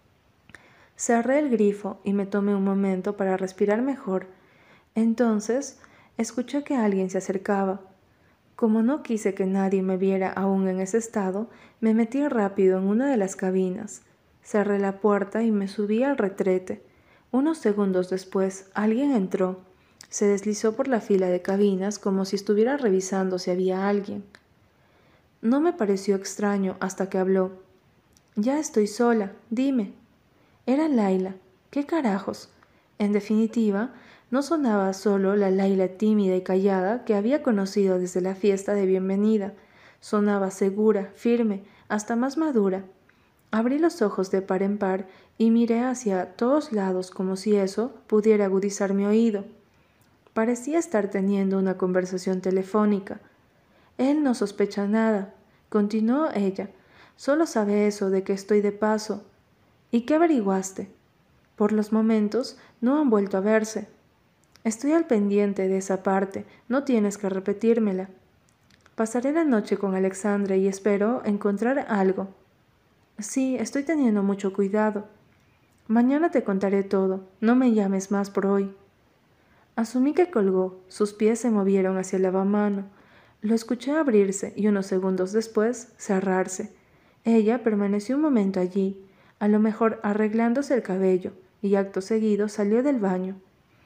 Cerré el grifo y me tomé un momento para respirar mejor. Entonces, escuché que alguien se acercaba. Como no quise que nadie me viera aún en ese estado, me metí rápido en una de las cabinas. Cerré la puerta y me subí al retrete. Unos segundos después, alguien entró. Se deslizó por la fila de cabinas como si estuviera revisando si había alguien. No me pareció extraño hasta que habló. «Ya estoy sola, dime». Era Laila. ¿Qué carajos? En definitiva, no sonaba solo la Laila tímida y callada que había conocido desde la fiesta de bienvenida. Sonaba segura, firme, hasta más madura. Abrí los ojos de par en par y miré hacia todos lados como si eso pudiera agudizar mi oído. Parecía estar teniendo una conversación telefónica. «Él no sospecha nada», continuó ella. «Solo sabe eso de que estoy de paso». «¿Y qué averiguaste?» «Por los momentos no han vuelto a verse». «Estoy al pendiente de esa parte, no tienes que repetírmela». «Pasaré la noche con Alexandre y espero encontrar algo». «Sí, estoy teniendo mucho cuidado». «Mañana te contaré todo, no me llames más por hoy». Asumí que colgó, sus pies se movieron hacia el lavamano. Lo escuché abrirse y unos segundos después cerrarse. Ella permaneció un momento allí, a lo mejor arreglándose el cabello, y acto seguido salió del baño.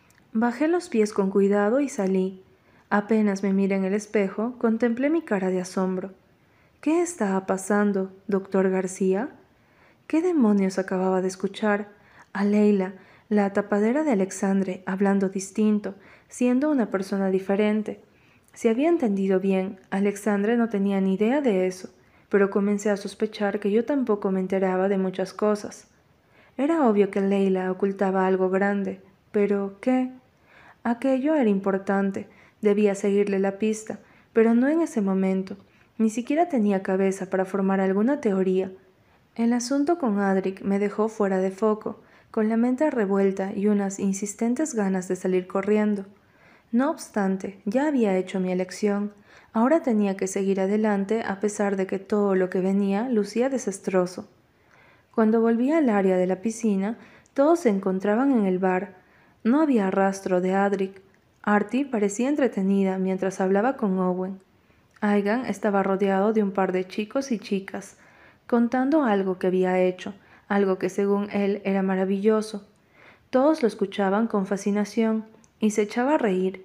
Bajé los pies con cuidado y salí. Apenas me miré en el espejo, contemplé mi cara de asombro. ¿Qué estaba pasando, doctor García? ¿Qué demonios acababa de escuchar? A Leila, la tapadera de Alexandre, hablando distinto, siendo una persona diferente. Si había entendido bien, Alexandre no tenía ni idea de eso, pero comencé a sospechar que yo tampoco me enteraba de muchas cosas. Era obvio que Leila ocultaba algo grande, pero ¿qué? Aquello era importante, debía seguirle la pista, pero no en ese momento. Ni siquiera tenía cabeza para formar alguna teoría. El asunto con Adric me dejó fuera de foco, con la mente revuelta y unas insistentes ganas de salir corriendo. No obstante, ya había hecho mi elección. Ahora tenía que seguir adelante a pesar de que todo lo que venía lucía desastroso. Cuando volví al área de la piscina, todos se encontraban en el bar. No había rastro de Adric. Artie parecía entretenida mientras hablaba con Owen. Aigan estaba rodeado de un par de chicos y chicas, contando algo que había hecho, algo que según él era maravilloso. Todos lo escuchaban con fascinación y se echaba a reír.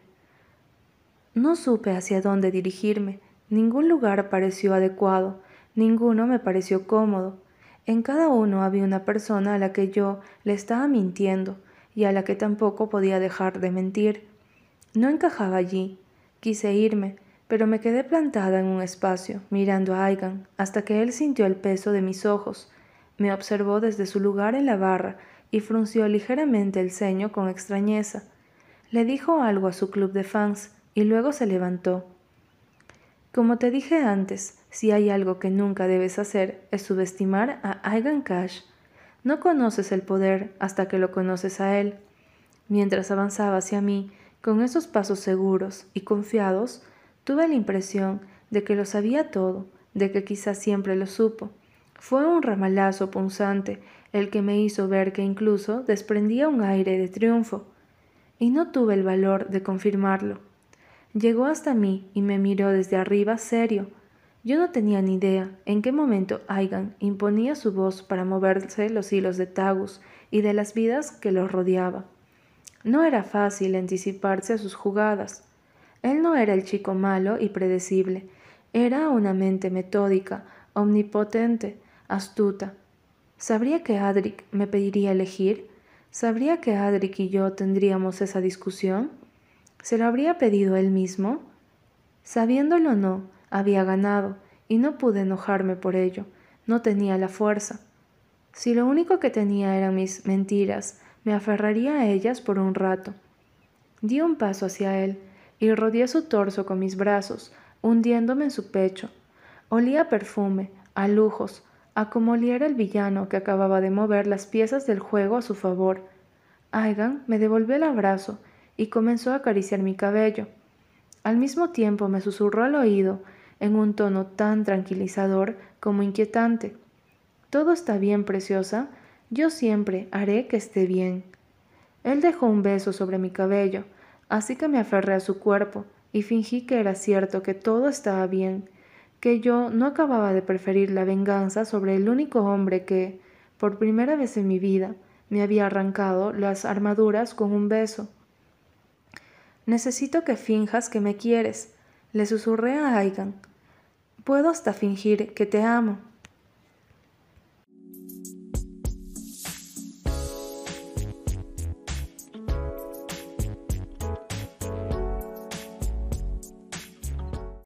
No supe hacia dónde dirigirme. Ningún lugar pareció adecuado, ninguno me pareció cómodo. En cada uno había una persona a la que yo le estaba mintiendo y a la que tampoco podía dejar de mentir. No encajaba allí. Quise irme, pero me quedé plantada en un espacio, mirando a Aigan, hasta que él sintió el peso de mis ojos. Me observó desde su lugar en la barra y frunció ligeramente el ceño con extrañeza. Le dijo algo a su club de fans y luego se levantó. Como te dije antes, si hay algo que nunca debes hacer es subestimar a Aigan Cash. No conoces el poder hasta que lo conoces a él. Mientras avanzaba hacia mí, con esos pasos seguros y confiados, tuve la impresión de que lo sabía todo, de que quizás siempre lo supo. Fue un ramalazo punzante el que me hizo ver que incluso desprendía un aire de triunfo, y no tuve el valor de confirmarlo. Llegó hasta mí y me miró desde arriba serio. Yo no tenía ni idea en qué momento Aigan imponía su voz para moverse los hilos de Tagus y de las vidas que los rodeaba. No era fácil anticiparse a sus jugadas. Él no era el chico malo y predecible. Era una mente metódica, omnipotente, astuta. ¿Sabría que Adric me pediría elegir? ¿Sabría que Adric y yo tendríamos esa discusión? ¿Se lo habría pedido él mismo? Sabiéndolo o no, había ganado, y no pude enojarme por ello. No tenía la fuerza. Si lo único que tenía eran mis mentiras, Me aferraría a ellas por un rato. Di un paso hacia él y rodeé su torso con mis brazos, hundiéndome en su pecho. Olía a perfume, a lujos, a como oliera el villano que acababa de mover las piezas del juego a su favor. Aigan me devolvió el abrazo y comenzó a acariciar mi cabello. Al mismo tiempo me susurró al oído, en un tono tan tranquilizador como inquietante. Todo está bien, preciosa. Yo siempre haré que esté bien. Él dejó un beso sobre mi cabello, así que me aferré a su cuerpo y fingí que era cierto que todo estaba bien, que yo no acababa de preferir la venganza sobre el único hombre que, por primera vez en mi vida, me había arrancado las armaduras con un beso. Necesito que finjas que me quieres, le susurré a Aigan. Puedo hasta fingir que te amo.